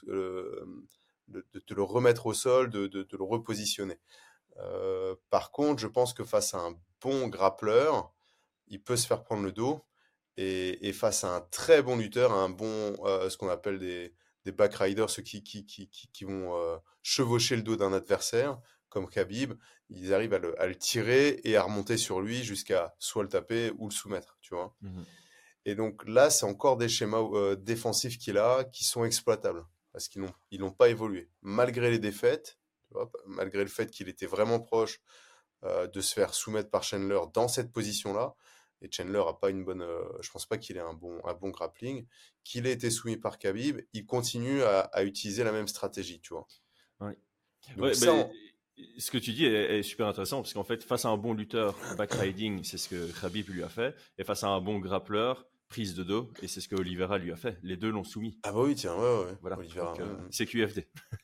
de le remettre au sol, de le repositionner. Par contre, je pense que face à un bon grappleur, il peut se faire prendre le dos. Et face à un très bon lutteur, un bon, ce qu'on appelle des backriders, ceux qui vont chevaucher le dos d'un adversaire, comme Khabib, ils arrivent à le tirer et à remonter sur lui jusqu'à soit le taper ou le soumettre, tu vois. Mhm. Et donc là, c'est encore des schémas défensifs qu'il a qui sont exploitables parce qu'ils n'ont pas évolué. Malgré les défaites, tu vois, malgré le fait qu'il était vraiment proche de se faire soumettre par Chandler dans cette position-là, et Chandler a pas une bonne, je pense pas qu'il ait un bon grappling, qu'il ait été soumis par Khabib, il continue à utiliser la même stratégie, tu vois. Ouais. Donc Ouais, ça, mais ce que tu dis est super intéressant parce qu'en fait, face à un bon lutteur, backriding, c'est ce que Khabib lui a fait, et face à un bon grappleur, prise de dos, et c'est ce que Oliveira lui a fait. Les deux l'ont soumis. ah bah oui, tiens, ouais, Voilà. Oliveira, Donc, ouais. c'est QFD.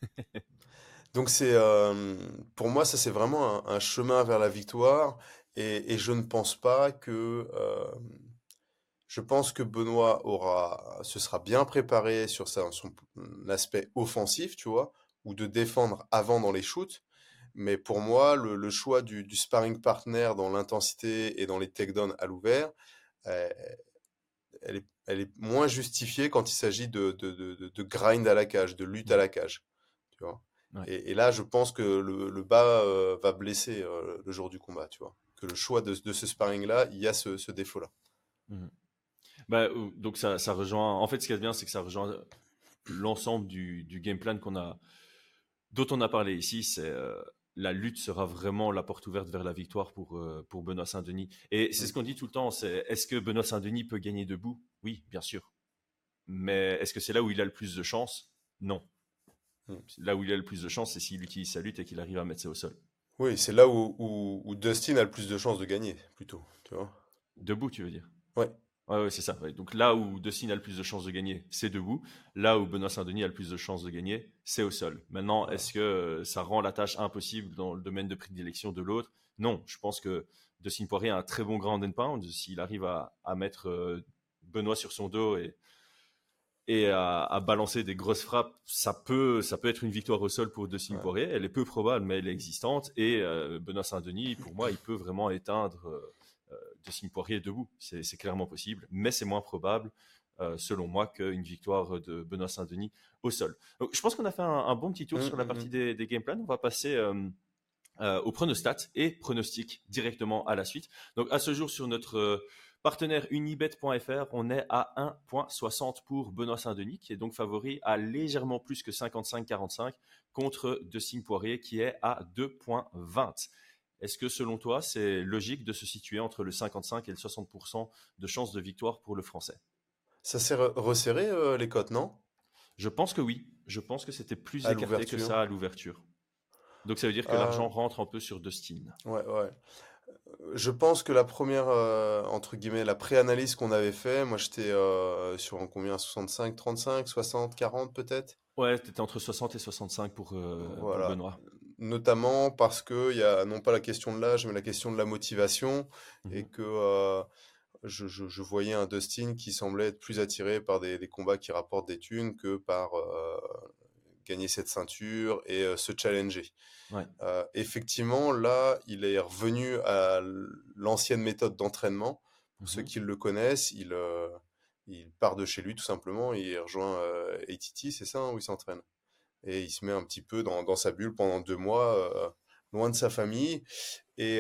Donc pour moi, ça c'est vraiment un chemin vers la victoire, et je ne pense pas que, je pense que Benoît se sera bien préparé sur son aspect offensif, tu vois, ou de défendre avant dans les shoots. Mais pour moi, le choix du sparring partner dans l'intensité et dans les takedowns à l'ouvert, euh, elle est moins justifiée quand il s'agit de grind à la cage, de lutte à la cage, tu vois. Ouais. Et là, je pense que le bas va blesser le jour du combat, tu vois. Que le choix de ce sparring-là, il y a ce défaut-là. Mhm. Bah, donc ça rejoint. En fait, ce qui est bien, c'est que ça rejoint l'ensemble du game plan dont on a parlé ici. C'est la lutte sera vraiment la porte ouverte vers la victoire pour Benoît Saint-Denis. Et c'est ce qu'on dit tout le temps. C'est est-ce que Benoît Saint-Denis peut gagner debout? Oui, bien sûr. Mais est-ce que c'est là où il a le plus de chance? Non. Là où il a le plus de chance, c'est s'il utilise sa lutte et qu'il arrive à mettre ça au sol. Oui, c'est là où Dustin a le plus de chances de gagner, plutôt, tu vois. Debout, tu veux dire? Ouais. Ouais, c'est ça. Ouais. Donc là où Dustin a le plus de chances de gagner, c'est debout. Là où Benoît Saint-Denis a le plus de chances de gagner, c'est au sol. Maintenant, Voilà. est-ce que ça rend la tâche impossible dans le domaine de prédilection de l'autre? Non, je pense que Dustin Poirier a un très bon ground and pound. S'il arrive à mettre Benoît sur son dos et à balancer des grosses frappes, ça peut être une victoire au sol pour Dustin Ouais. Poirier. Elle est peu probable, mais elle est existante. Et Benoît Saint-Denis, pour moi, il peut vraiment éteindre Dustin Poirier debout. C'est clairement possible, mais c'est moins probable, selon moi, qu'une victoire de Benoît Saint-Denis au sol. Donc, je pense qu'on a fait un bon petit tour sur la partie des game plans. On va passer aux pronostats et pronostics directement à la suite. Donc, à ce jour, sur notre partenaire unibet.fr, on est à 1,60 pour Benoît Saint-Denis, qui est donc favori à légèrement plus que 55-45 contre Dustin Poirier, qui est à 2,20. Est-ce que selon toi, c'est logique de se situer entre le 55 et le 60% de chances de victoire pour le Français? Ça s'est resserré, les cotes, non? Je pense que oui. Je pense que c'était plus À écarté que l'ouverture. ça à l'ouverture. Donc ça veut dire que Euh, l'argent rentre un peu sur Dustin. ouais. Je pense que la première, entre guillemets, la pré-analyse qu'on avait fait, moi j'étais sur un combien? 65, 35, 60, 40 peut-être? Ouais, t'étais entre 60 et 65 pour Voilà. Benoît. Notamment parce qu'il y a non pas la question de l'âge, mais la question de la motivation. Et Mhm. que je voyais un Dustin qui semblait être plus attiré par des combats qui rapportent des thunes que par gagner cette ceinture et se challenger. Ouais. Effectivement, là, il est revenu à l'ancienne méthode d'entraînement. Pour ceux Mhm. qui le connaissent, il part de chez lui tout simplement, il rejoint ATT, c'est ça, hein, où il s'entraîne. Et il se met un petit peu dans sa bulle pendant 2 mois, loin de sa famille. Et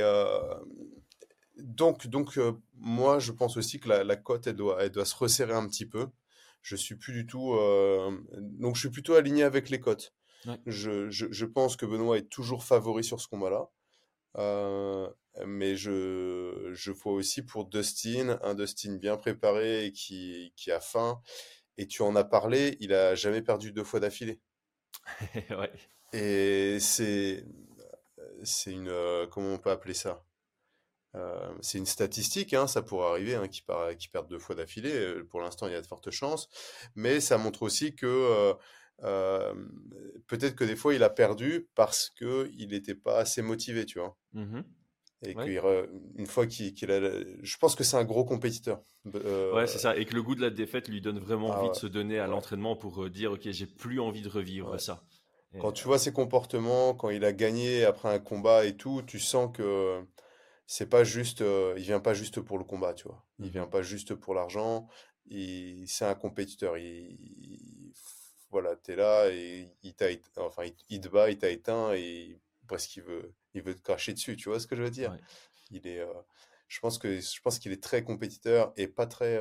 moi, je pense aussi que la cote, elle doit se resserrer un petit peu. Je suis plus du tout, donc je suis plutôt aligné avec les cotes. Ouais. Je pense que Benoît est toujours favori sur ce combat-là. Euh, mais je vois aussi pour Dustin, un Dustin bien préparé et qui a faim. Et tu en as parlé, il a jamais perdu 2 fois d'affilée. Ouais. Et c'est une, comment on peut appeler ça? C'est une statistique, hein, ça pourrait arriver, hein, qu'il perde 2 fois d'affilée. Pour l'instant, il y a de fortes chances. Mais ça montre aussi que euh, peut-être que des fois, il a perdu parce qu'il n'était pas assez motivé, tu vois. Mhm. Et Ouais. une fois qu'il a... Je pense que c'est un gros compétiteur. Ouais, c'est ça. Et que le goût de la défaite lui donne vraiment Ah envie de ouais, se donner à ouais, l'entraînement pour dire, OK, j'ai plus envie de revivre ouais. ça. Et, Quand tu vois ses comportements, quand il a gagné après un combat et tout, tu sens que c'est pas juste, il vient pas juste pour le combat, tu vois. Il vient mhm. pas juste pour l'argent. C'est un compétiteur. Voilà, t'es là et enfin, il te bat, il t'a éteint et parce qu'il veut te cracher dessus. Tu vois ce que je veux dire? Ouais. Il est, je pense qu'il est très compétiteur et pas très,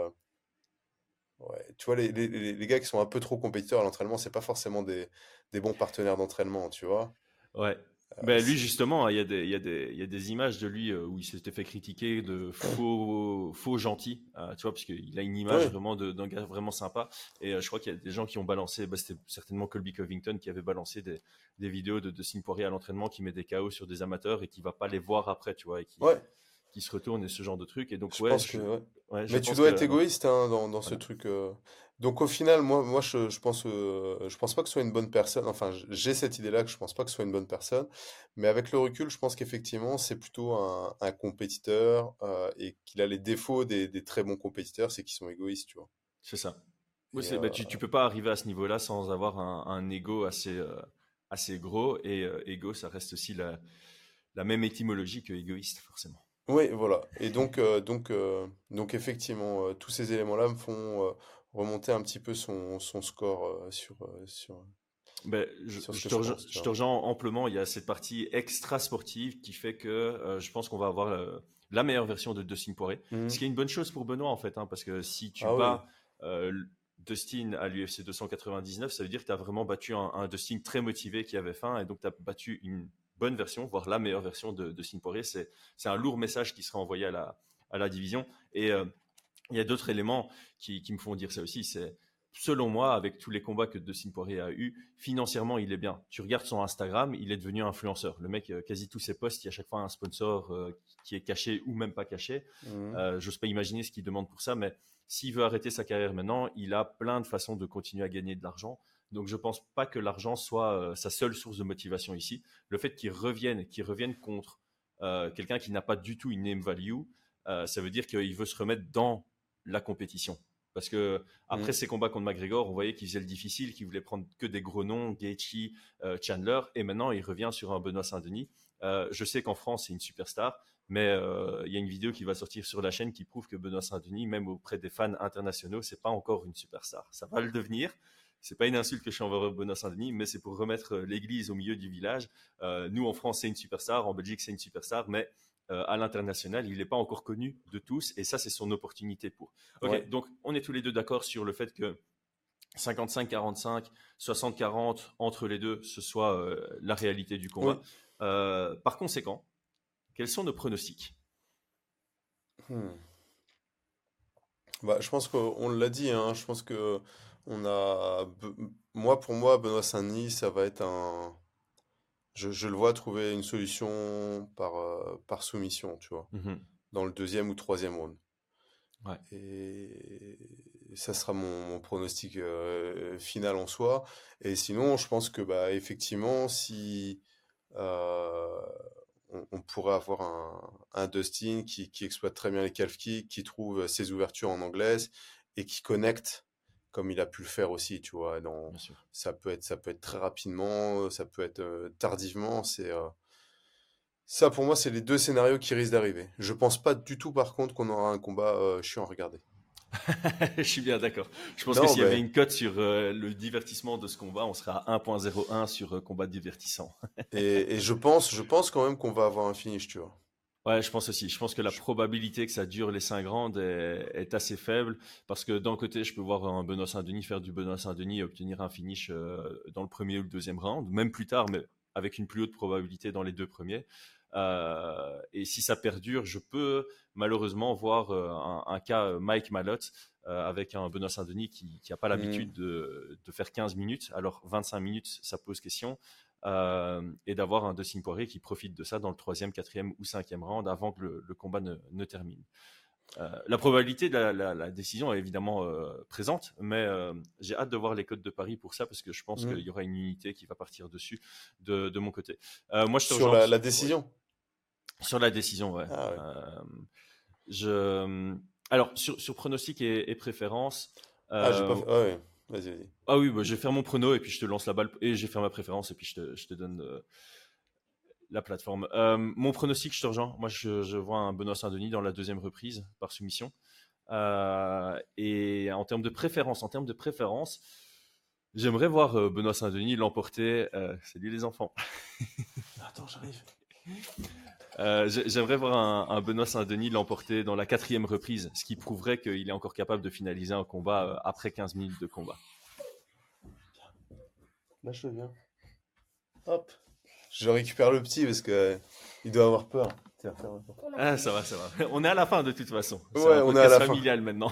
ouais. Tu vois, les gars qui sont un peu trop compétiteurs à l'entraînement, c'est pas forcément des bons partenaires d'entraînement, tu vois. Ouais. Ben lui C'est, justement, il y a des images de lui où il s'était fait critiquer de faux gentil, tu vois, parce qu'il a une image ouais, vraiment d'un gars vraiment sympa. Et je crois qu'il y a des gens qui ont balancé, c'était certainement Colby Covington qui avait balancé des vidéos de Dustin Poirier à l'entraînement qui met des KO sur des amateurs et qui va pas les voir après, tu vois, et ouais. qui se retourne et ce genre de truc. Et donc Je ouais, pense que, ouais. je Mais tu pense dois que être égoïste hein, dans ce voilà. truc. Donc au final, moi je pense pas que ce soit une bonne personne. Enfin, j'ai cette idée-là que je pense pas que ce soit une bonne personne. Mais avec le recul, je pense qu'effectivement, c'est plutôt un compétiteur et qu'il a les défauts des très bons compétiteurs, c'est qu'ils sont égoïstes, tu vois. C'est ça. Oui, Et bah, tu peux pas arriver à ce niveau-là sans avoir un ego assez gros. Et ego, ça reste aussi la même étymologie que égoïste, forcément. oui, voilà. Et donc effectivement, tous ces éléments-là me font remonter un petit peu son score Ben, sur ce que je pense, tu je te vois. rejoins amplement. Il y a cette partie extra sportive qui fait que je pense qu'on va avoir la meilleure version de Dustin Poirier. Ce Mhm. qui est une bonne chose pour Benoît, en fait, hein, parce que si tu Ah oui, bats euh, Dustin à l'UFC 299, ça veut dire que tu as vraiment battu un Dustin très motivé qui avait faim, et donc tu as battu une bonne version, voire la meilleure version de Dustin Poirier. C'est un lourd message qui sera envoyé à la division. Et il y a d'autres éléments qui me font dire ça aussi. C'est selon moi, avec tous les combats que Dustin Poirier a eu, financièrement, il est bien. Tu regardes son Instagram, il est devenu influenceur. Le mec, quasi tous ses posts, il y a à chaque fois un sponsor qui est caché ou même pas caché. J'ose pas imaginer ce qu'il demande pour ça, mais s'il veut arrêter sa carrière maintenant, il a plein de façons de continuer à gagner de l'argent. Donc, je pense pas que l'argent soit sa seule source de motivation ici. Le fait qu'il revienne contre quelqu'un qui n'a pas du tout une name value, ça veut dire qu'il veut se remettre dans la compétition. Parce que après ses combats contre McGregor, on voyait qu'il faisait le difficile, qu'il voulait prendre que des gros noms, Gaethje, Chandler, et maintenant il revient sur un Benoît Saint-Denis. Je sais qu'en France c'est une superstar, mais il y a une vidéo qui va sortir sur la chaîne qui prouve que Benoît Saint-Denis, même auprès des fans internationaux, c'est pas encore une superstar. Ça va le devenir. C'est pas une insulte que je suis envers Benoît Saint-Denis, mais c'est pour remettre l'église au milieu du village. Nous en France c'est une superstar, en Belgique c'est une superstar, mais à l'international, il n'est pas encore connu de tous et ça, c'est son opportunité pour. Ok, ouais. Donc on est tous les deux d'accord sur le fait que 55-45, 60-40 entre les deux, ce soit la réalité du combat. Oui. Par conséquent, quels sont nos pronostics? Bah, je pense qu'on l'a dit, hein, je pense que pour moi, Benoît Saint-Denis, ça va être un... Je le vois trouver une solution par soumission, tu vois, dans le 2e ou 3e round. Ouais. Et ça sera mon pronostic final en soi. Et sinon, je pense que effectivement, si on pourrait avoir un Dustin qui exploite très bien les calf kicks, qui trouve ses ouvertures en anglaise et qui connecte comme il a pu le faire aussi, tu vois. Ça peut être très rapidement, ça peut être tardivement. Ça, pour moi, c'est les 2 scénarios qui risquent d'arriver. Je pense pas du tout, par contre, qu'on aura un combat chiant à regarder. Je suis bien d'accord. Je pense que s'il y avait une cote sur le divertissement de ce combat, on serait à 1.01 sur combat divertissant. et je pense quand même qu'on va avoir un finish, tu vois. Ouais, je pense aussi. Je pense que la probabilité que ça dure les 5 rounds est assez faible parce que d'un côté, je peux voir un Benoît Saint-Denis faire du Benoît Saint-Denis et obtenir un finish dans le 1er ou le 2e round, même plus tard, mais avec une plus haute probabilité dans les 2 premiers. Et si ça perdure, je peux malheureusement voir un cas Mike Malott avec un Benoît Saint-Denis qui n'a pas l'habitude de faire 15 minutes. Alors 25 minutes, ça pose question. Et d'avoir un Dustin Poirier qui profite de ça dans le 3e, 4e ou 5e round avant que le combat ne termine. La probabilité de la décision est évidemment présente, mais j'ai hâte de voir les codes de Paris pour ça parce que je pense qu'il y aura une unité qui va partir dessus de mon côté. Moi, je te sur la décision. Ouais. Sur la décision, ouais. Ah, ouais. Alors, sur pronostic et préférence. Ouais. Vas-y. Ah oui, je vais faire mon prono et puis je te lance la balle et je vais faire ma préférence et puis je te donne la plateforme. Mon pronostic, je te rejoins. Moi, je vois un Benoît Saint-Denis dans la 2e reprise par soumission. Et en termes de préférence, j'aimerais voir Benoît Saint-Denis l'emporter. Salut les enfants. Attends, j'arrive. J'aimerais voir un Benoît Saint-Denis l'emporter dans la 4e reprise, ce qui prouverait qu'il est encore capable de finaliser un combat après 15 minutes de combat. Là, je viens. Hop. Je récupère le petit parce que il doit avoir peur. Ah, ça va. On est à la fin de toute façon. C'est un podcast familial maintenant.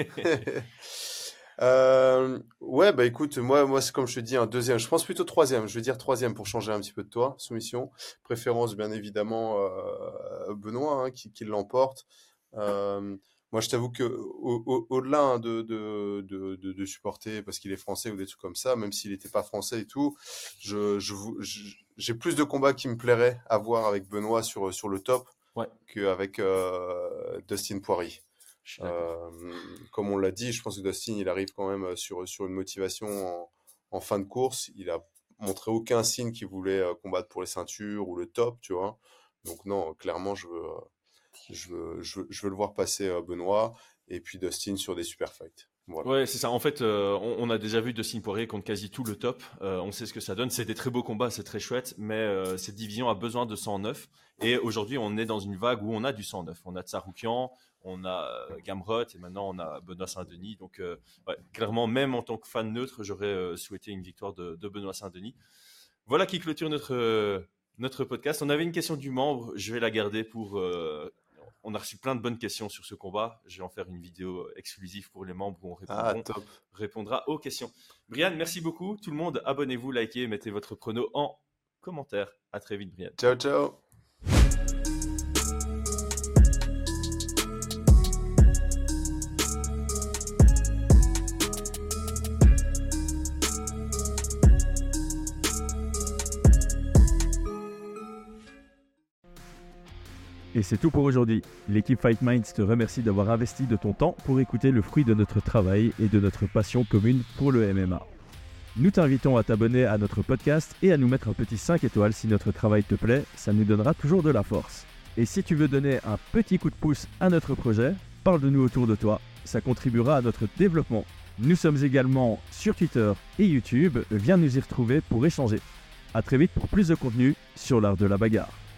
Ouais, écoute, moi c'est comme je te dis, un 2e, je pense plutôt 3e, je vais dire 3e pour changer un petit peu de toi, soumission, préférence bien évidemment Benoît hein, qui l'emporte. Moi je t'avoue que au-delà hein, de supporter parce qu'il est français ou des trucs comme ça, même s'il n'était pas français et tout, j'ai plus de combats qui me plairaient à voir avec Benoît sur le top qu'avec Dustin Poirier. Comme on l'a dit, je pense que Dustin il arrive quand même sur une motivation en fin de course. Il a montré aucun signe qu'il voulait combattre pour les ceintures ou le top, tu vois. Donc non, clairement je veux le voir passer Benoît et puis Dustin sur des super fights. Voilà. Ouais, c'est ça. En fait, on a déjà vu Dustin Poirier contre quasi tout le top. On sait ce que ça donne. C'est des très beaux combats, c'est très chouette, mais cette division a besoin de 109. Et aujourd'hui, on est dans une vague où on a du 109. On a Tsarukyan, on a Gamrot et maintenant on a Benoît Saint-Denis. Donc, clairement, même en tant que fan neutre, j'aurais souhaité une victoire de Benoît Saint-Denis. Voilà qui clôture notre podcast. On avait une question du membre. Je vais la garder pour on a reçu plein de bonnes questions sur ce combat. Je vais en faire une vidéo exclusive pour les membres où on répondra aux questions. Brian, merci beaucoup. Tout le monde, abonnez-vous, likez, mettez votre prono en commentaire. À très vite, Brian. Ciao, ciao. Et c'est tout pour aujourd'hui. L'équipe Fight Minds te remercie d'avoir investi de ton temps pour écouter le fruit de notre travail et de notre passion commune pour le MMA. Nous t'invitons à t'abonner à notre podcast et à nous mettre un petit 5 étoiles si notre travail te plaît, ça nous donnera toujours de la force. Et si tu veux donner un petit coup de pouce à notre projet, parle de nous autour de toi, ça contribuera à notre développement. Nous sommes également sur Twitter et YouTube, viens nous y retrouver pour échanger. A très vite pour plus de contenu sur l'art de la bagarre.